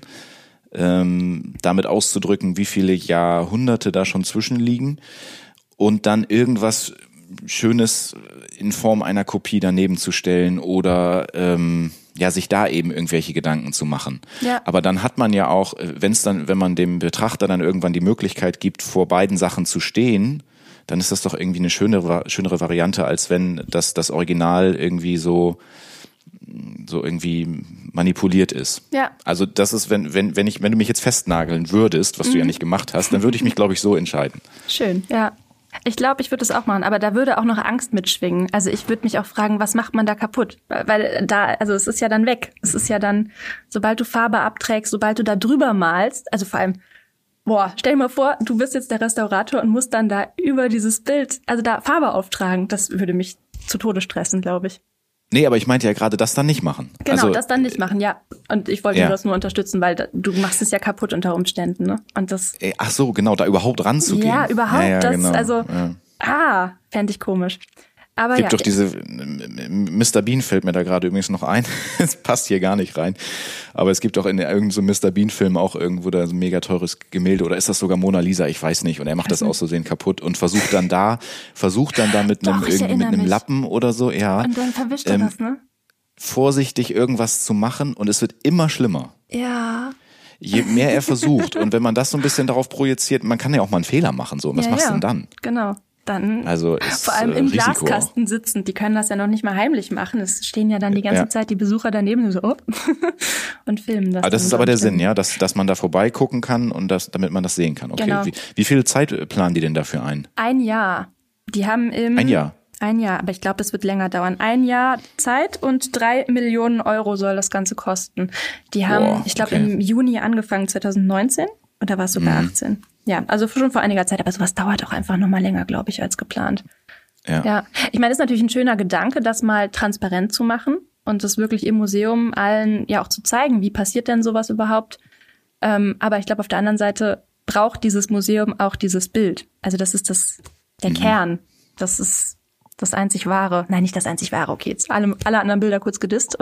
[SPEAKER 2] damit auszudrücken, wie viele Jahrhunderte da schon zwischenliegen und dann irgendwas Schönes in Form einer Kopie daneben zu stellen oder sich da eben irgendwelche Gedanken zu machen. Ja. Aber dann hat man ja auch, wenn man dem Betrachter dann irgendwann die Möglichkeit gibt, vor beiden Sachen zu stehen, dann ist das doch irgendwie eine schönere Variante, als wenn das Original irgendwie so irgendwie manipuliert ist. Ja. Also das ist, wenn du mich jetzt festnageln würdest, was du ja nicht gemacht hast, dann würde ich mich, glaube ich, so entscheiden.
[SPEAKER 1] Schön, ja. Ich glaube, ich würde es auch machen, aber da würde auch noch Angst mitschwingen. Also ich würde mich auch fragen, was macht man da kaputt? Weil also es ist ja dann weg. Es ist ja dann, sobald du Farbe abträgst, sobald du da drüber malst, also vor allem, stell dir mal vor, du bist jetzt der Restaurator und musst dann da über dieses Bild, also da Farbe auftragen. Das würde mich zu Tode stressen, glaube ich.
[SPEAKER 2] Nee, aber ich meinte ja gerade, das dann nicht machen.
[SPEAKER 1] Genau,
[SPEAKER 2] also,
[SPEAKER 1] das dann nicht machen, ja. Und ich wollte das nur unterstützen, weil du machst es ja kaputt unter Umständen, ne? Und das.
[SPEAKER 2] Ach so, genau, da überhaupt ranzugehen.
[SPEAKER 1] Ja, überhaupt. Ja, das, genau. Also,
[SPEAKER 2] ja.
[SPEAKER 1] Fände ich komisch. Aber
[SPEAKER 2] gibt doch diese, Mr. Bean fällt mir da gerade übrigens noch ein. Es passt hier gar nicht rein. Aber es gibt auch in irgendeinem so Mr. Bean-Film auch irgendwo da so ein mega teures Gemälde. Oder ist das sogar Mona Lisa? Ich weiß nicht. Und er macht das aus Versehen kaputt und versucht dann da mit einem Lappen oder so, ja.
[SPEAKER 1] Und dann verwischt er das, ne?
[SPEAKER 2] Vorsichtig irgendwas zu machen und es wird immer schlimmer.
[SPEAKER 1] Ja.
[SPEAKER 2] Je mehr er versucht. Und wenn man das so ein bisschen darauf projiziert, man kann ja auch mal einen Fehler machen, so. Und was machst du denn dann?
[SPEAKER 1] Genau. Dann
[SPEAKER 2] also ist
[SPEAKER 1] vor allem im
[SPEAKER 2] Risiko
[SPEAKER 1] Glaskasten
[SPEAKER 2] auch.
[SPEAKER 1] Sitzen, die können das ja noch nicht mal heimlich machen. Es stehen ja dann die ganze Zeit die Besucher daneben so und filmen das.
[SPEAKER 2] Aber das ist aber der Sinn, ja, dass man da vorbeigucken kann und damit man das sehen kann. Okay.
[SPEAKER 1] Genau.
[SPEAKER 2] Wie viel Zeit planen die denn dafür ein?
[SPEAKER 1] Ein Jahr. Die haben
[SPEAKER 2] ein Jahr,
[SPEAKER 1] aber ich glaube, das wird länger dauern. Ein Jahr Zeit und 3 Millionen Euro soll das Ganze kosten. Die haben, ich glaube, im Juni angefangen, 2019. Und da war es sogar 18. Ja, also schon vor einiger Zeit. Aber sowas dauert auch einfach nochmal länger, glaube ich, als geplant. Ja. Ich meine, es ist natürlich ein schöner Gedanke, das mal transparent zu machen und das wirklich im Museum allen ja auch zu zeigen, wie passiert denn sowas überhaupt. Aber ich glaube, auf der anderen Seite braucht dieses Museum auch dieses Bild. Also das ist der Kern. Das ist das einzig Wahre. Nein, nicht das einzig Wahre. Okay, jetzt alle anderen Bilder kurz gedisst.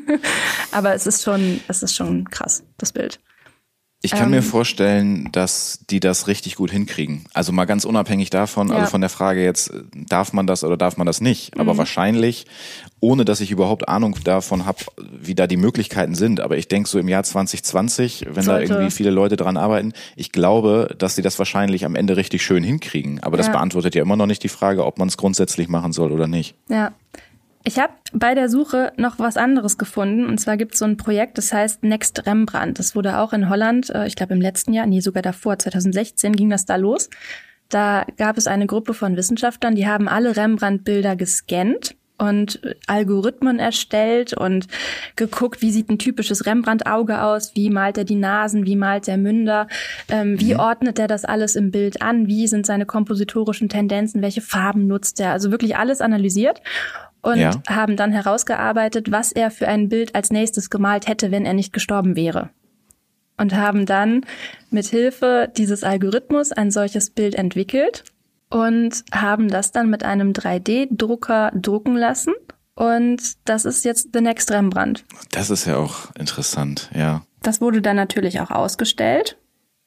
[SPEAKER 1] Aber es ist schon krass, das Bild.
[SPEAKER 2] Ich kann mir vorstellen, dass die das richtig gut hinkriegen. Also mal ganz unabhängig davon, also von der Frage jetzt, darf man das oder darf man das nicht? Aber wahrscheinlich, ohne dass ich überhaupt Ahnung davon habe, wie da die Möglichkeiten sind. Aber ich denke so im Jahr 2020, wenn da irgendwie viele Leute dran arbeiten, ich glaube, dass sie das wahrscheinlich am Ende richtig schön hinkriegen. Aber das beantwortet ja immer noch nicht die Frage, ob man es grundsätzlich machen soll oder nicht.
[SPEAKER 1] Ja. Ich habe bei der Suche noch was anderes gefunden. Und zwar gibt es so ein Projekt, das heißt Next Rembrandt. Das wurde auch in Holland, ich glaube im letzten Jahr, sogar davor, 2016 ging das da los. Da gab es eine Gruppe von Wissenschaftlern, die haben alle Rembrandt-Bilder gescannt und Algorithmen erstellt und geguckt, wie sieht ein typisches Rembrandt-Auge aus, wie malt er die Nasen, wie malt er Münder, wie ordnet er das alles im Bild an, wie sind seine kompositorischen Tendenzen, welche Farben nutzt er, also wirklich alles analysiert. Und haben dann herausgearbeitet, was er für ein Bild als nächstes gemalt hätte, wenn er nicht gestorben wäre. Und haben dann mit Hilfe dieses Algorithmus ein solches Bild entwickelt und haben das dann mit einem 3D-Drucker drucken lassen. Und das ist jetzt The Next Rembrandt.
[SPEAKER 2] Das ist ja auch interessant, ja.
[SPEAKER 1] Das wurde dann natürlich auch ausgestellt,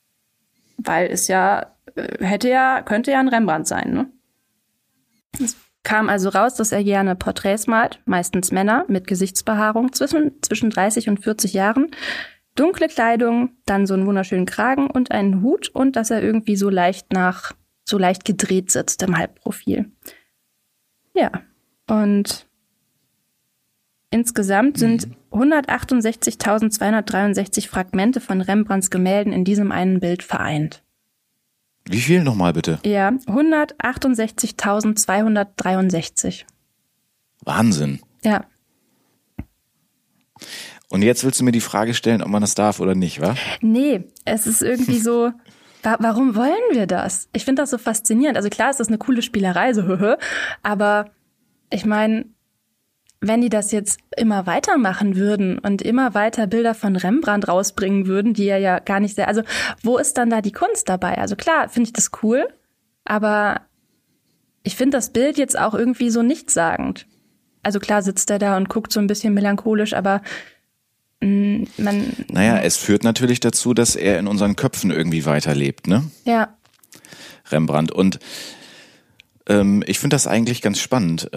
[SPEAKER 1] weil es könnte ja ein Rembrandt sein, ne? Das kam also raus, dass er gerne Porträts malt, meistens Männer mit Gesichtsbehaarung zwischen 30 und 40 Jahren, dunkle Kleidung, dann so einen wunderschönen Kragen und einen Hut und dass er irgendwie so leicht gedreht sitzt im Halbprofil. Ja, und insgesamt sind 168.263 Fragmente von Rembrandts Gemälden in diesem einen Bild vereint.
[SPEAKER 2] Wie viel nochmal bitte?
[SPEAKER 1] Ja, 168.263.
[SPEAKER 2] Wahnsinn.
[SPEAKER 1] Ja.
[SPEAKER 2] Und jetzt willst du mir die Frage stellen, ob man das darf oder nicht, wa?
[SPEAKER 1] Nee, es ist irgendwie so, warum wollen wir das? Ich finde das so faszinierend. Also klar, ist das eine coole Spielerei, so, aber ich meine, wenn die das jetzt immer weitermachen würden und immer weiter Bilder von Rembrandt rausbringen würden, die er ja gar nicht sehr, also wo ist dann da die Kunst dabei? Also klar, finde ich das cool, aber ich finde das Bild jetzt auch irgendwie so nichtssagend. Also klar sitzt er da und guckt so ein bisschen melancholisch, aber
[SPEAKER 2] es führt natürlich dazu, dass er in unseren Köpfen irgendwie weiterlebt, ne?
[SPEAKER 1] Ja.
[SPEAKER 2] Rembrandt. Und ich finde das eigentlich ganz spannend.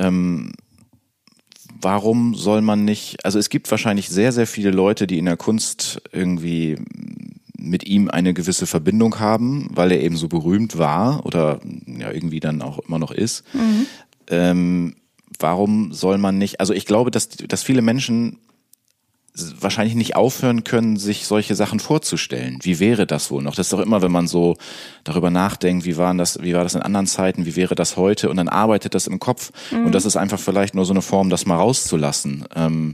[SPEAKER 2] Warum soll man nicht, also es gibt wahrscheinlich sehr, sehr viele Leute, die in der Kunst irgendwie mit ihm eine gewisse Verbindung haben, weil er eben so berühmt war oder ja irgendwie dann auch immer noch ist. Warum soll man nicht, also ich glaube, dass viele Menschen wahrscheinlich nicht aufhören können, sich solche Sachen vorzustellen. Wie wäre das wohl noch? Das ist doch immer, wenn man so darüber nachdenkt, wie war das in anderen Zeiten, wie wäre das heute? Und dann arbeitet das im Kopf. Und das ist einfach vielleicht nur so eine Form, das mal rauszulassen.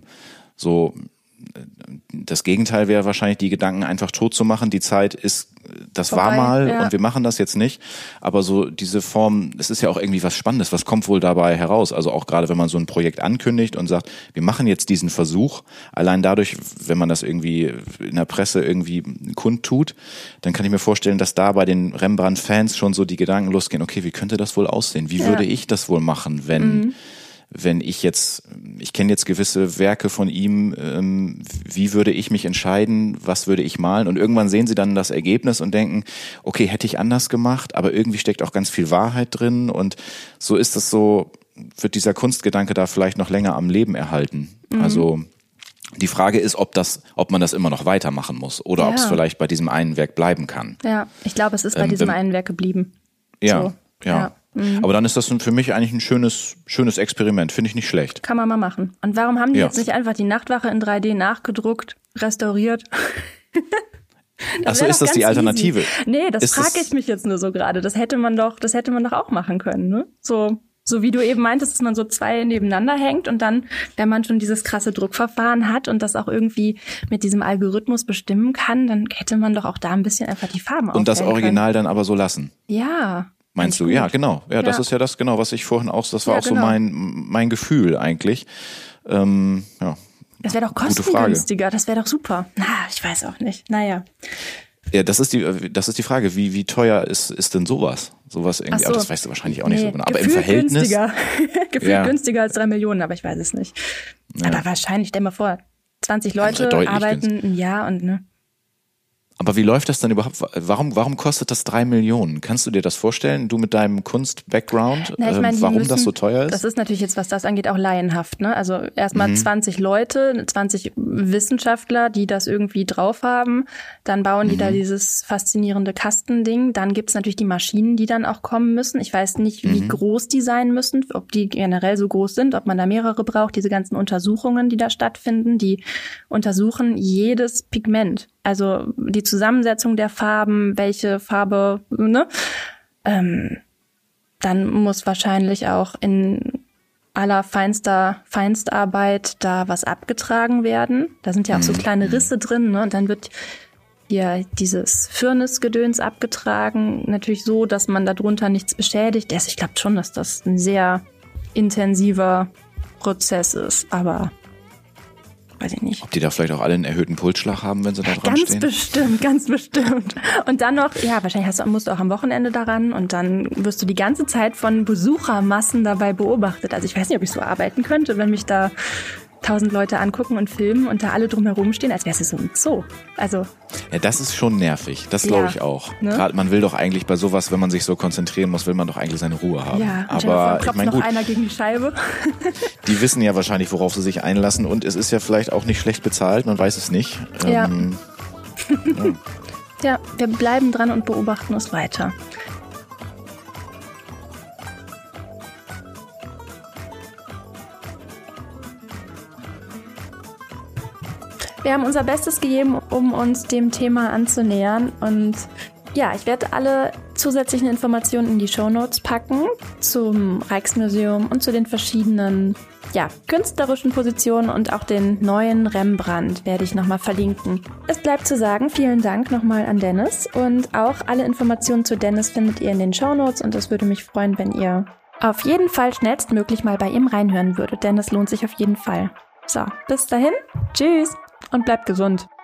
[SPEAKER 2] Das Gegenteil wäre wahrscheinlich, die Gedanken einfach tot zu machen. Die Zeit ist, das
[SPEAKER 1] vorbei,
[SPEAKER 2] war mal
[SPEAKER 1] ja.
[SPEAKER 2] und wir machen das jetzt nicht. Aber so diese Form, es ist ja auch irgendwie was Spannendes. Was kommt wohl dabei heraus? Also auch gerade, wenn man so ein Projekt ankündigt und sagt, wir machen jetzt diesen Versuch. Allein dadurch, wenn man das irgendwie in der Presse irgendwie kundtut, dann kann ich mir vorstellen, dass da bei den Rembrandt-Fans schon so die Gedanken losgehen, okay, wie könnte das wohl aussehen? Wie würde ich das wohl machen, wenn ich kenne jetzt gewisse Werke von ihm, wie würde ich mich entscheiden, was würde ich malen? Und irgendwann sehen sie dann das Ergebnis und denken, okay, hätte ich anders gemacht, aber irgendwie steckt auch ganz viel Wahrheit drin und so ist es so, wird dieser Kunstgedanke da vielleicht noch länger am Leben erhalten. Also die Frage ist, ob man das immer noch weitermachen muss oder ob es vielleicht bei diesem einen Werk bleiben kann.
[SPEAKER 1] Ja, ich glaube, es ist bei diesem einen Werk geblieben.
[SPEAKER 2] Ja,
[SPEAKER 1] so.
[SPEAKER 2] ja. Aber dann ist das für mich eigentlich ein schönes Experiment. Finde ich nicht schlecht.
[SPEAKER 1] Kann man mal machen. Und warum haben die jetzt nicht einfach die Nachtwache in 3D nachgedruckt, restauriert?
[SPEAKER 2] Achso, ist das die Alternative?
[SPEAKER 1] Easy. Nee, das frage ich mich jetzt nur so gerade. Das hätte man doch auch machen können, ne? So wie du eben meintest, dass man so zwei nebeneinander hängt und dann, wenn man schon dieses krasse Druckverfahren hat und das auch irgendwie mit diesem Algorithmus bestimmen kann, dann hätte man doch auch da ein bisschen einfach die Farben
[SPEAKER 2] und das Original dann aber so lassen.
[SPEAKER 1] Ja.
[SPEAKER 2] Meinst du? Gut. Ja, genau. Ja, das ist ja das, genau, was ich vorhin auch, das war auch so mein Gefühl eigentlich.
[SPEAKER 1] Das wäre doch kostengünstiger, das wäre doch super. Ich weiß auch nicht. Naja.
[SPEAKER 2] Ja, das ist die Frage, wie teuer ist denn sowas? Sowas irgendwie, aber das weißt du wahrscheinlich auch nicht so genau. Aber im Verhältnis.
[SPEAKER 1] Günstiger. Gefühlt günstiger als 3 Millionen, aber ich weiß es nicht. Ja. Aber wahrscheinlich, stell mal vor, 20 Leute arbeiten ein Jahr und ne.
[SPEAKER 2] Aber wie läuft das dann überhaupt? Warum kostet das 3 Millionen? Kannst du dir das vorstellen? Du mit deinem Kunst-Background, warum das so teuer ist?
[SPEAKER 1] Das ist natürlich jetzt, was das angeht, auch laienhaft, ne? Also erstmal 20 Leute, 20 Wissenschaftler, die das irgendwie drauf haben. Dann bauen die da dieses faszinierende Kastending. Dann gibt's natürlich die Maschinen, die dann auch kommen müssen. Ich weiß nicht, wie groß die sein müssen, ob die generell so groß sind, ob man da mehrere braucht. Diese ganzen Untersuchungen, die da stattfinden, die untersuchen jedes Pigment. Also die Zusammensetzung der Farben, welche Farbe, ne? Dann muss wahrscheinlich auch in aller Feinstarbeit da was abgetragen werden. Da sind ja auch so kleine Risse drin, ne? Und dann wird ja dieses Firnis-Gedöns abgetragen. Natürlich so, dass man darunter nichts beschädigt. Ich glaube schon, dass das ein sehr intensiver Prozess ist, aber weiß ich nicht.
[SPEAKER 2] Ob die da vielleicht auch alle einen erhöhten Pulsschlag haben, wenn sie da dran stehen?
[SPEAKER 1] Ganz bestimmt. Und dann noch, wahrscheinlich musst du auch am Wochenende daran und dann wirst du die ganze Zeit von Besuchermassen dabei beobachtet. Also ich weiß nicht, ob ich so arbeiten könnte, wenn mich da 1000 Leute angucken und filmen und da alle drumherum stehen, als wäre es so ein Zoo. Also
[SPEAKER 2] ja, das ist schon nervig. Das glaube ich auch. Ne? Gerade man will doch eigentlich bei sowas, wenn man sich so konzentrieren muss, will man doch eigentlich seine Ruhe haben.
[SPEAKER 1] Ja,
[SPEAKER 2] aber
[SPEAKER 1] ich meine, gut, einer gegen die Scheibe.
[SPEAKER 2] Die wissen ja wahrscheinlich, worauf sie sich einlassen und es ist ja vielleicht auch nicht schlecht bezahlt, man weiß es nicht.
[SPEAKER 1] Ja, wir bleiben dran und beobachten es weiter. Wir haben unser Bestes gegeben, um uns dem Thema anzunähern und ich werde alle zusätzlichen Informationen in die Shownotes packen zum Rijksmuseum und zu den verschiedenen künstlerischen Positionen und auch den neuen Rembrandt werde ich nochmal verlinken. Es bleibt zu sagen, vielen Dank nochmal an Dennis und auch alle Informationen zu Dennis findet ihr in den Shownotes und es würde mich freuen, wenn ihr auf jeden Fall schnellstmöglich mal bei ihm reinhören würdet, denn es lohnt sich auf jeden Fall. So, bis dahin, tschüss! Und bleibt gesund.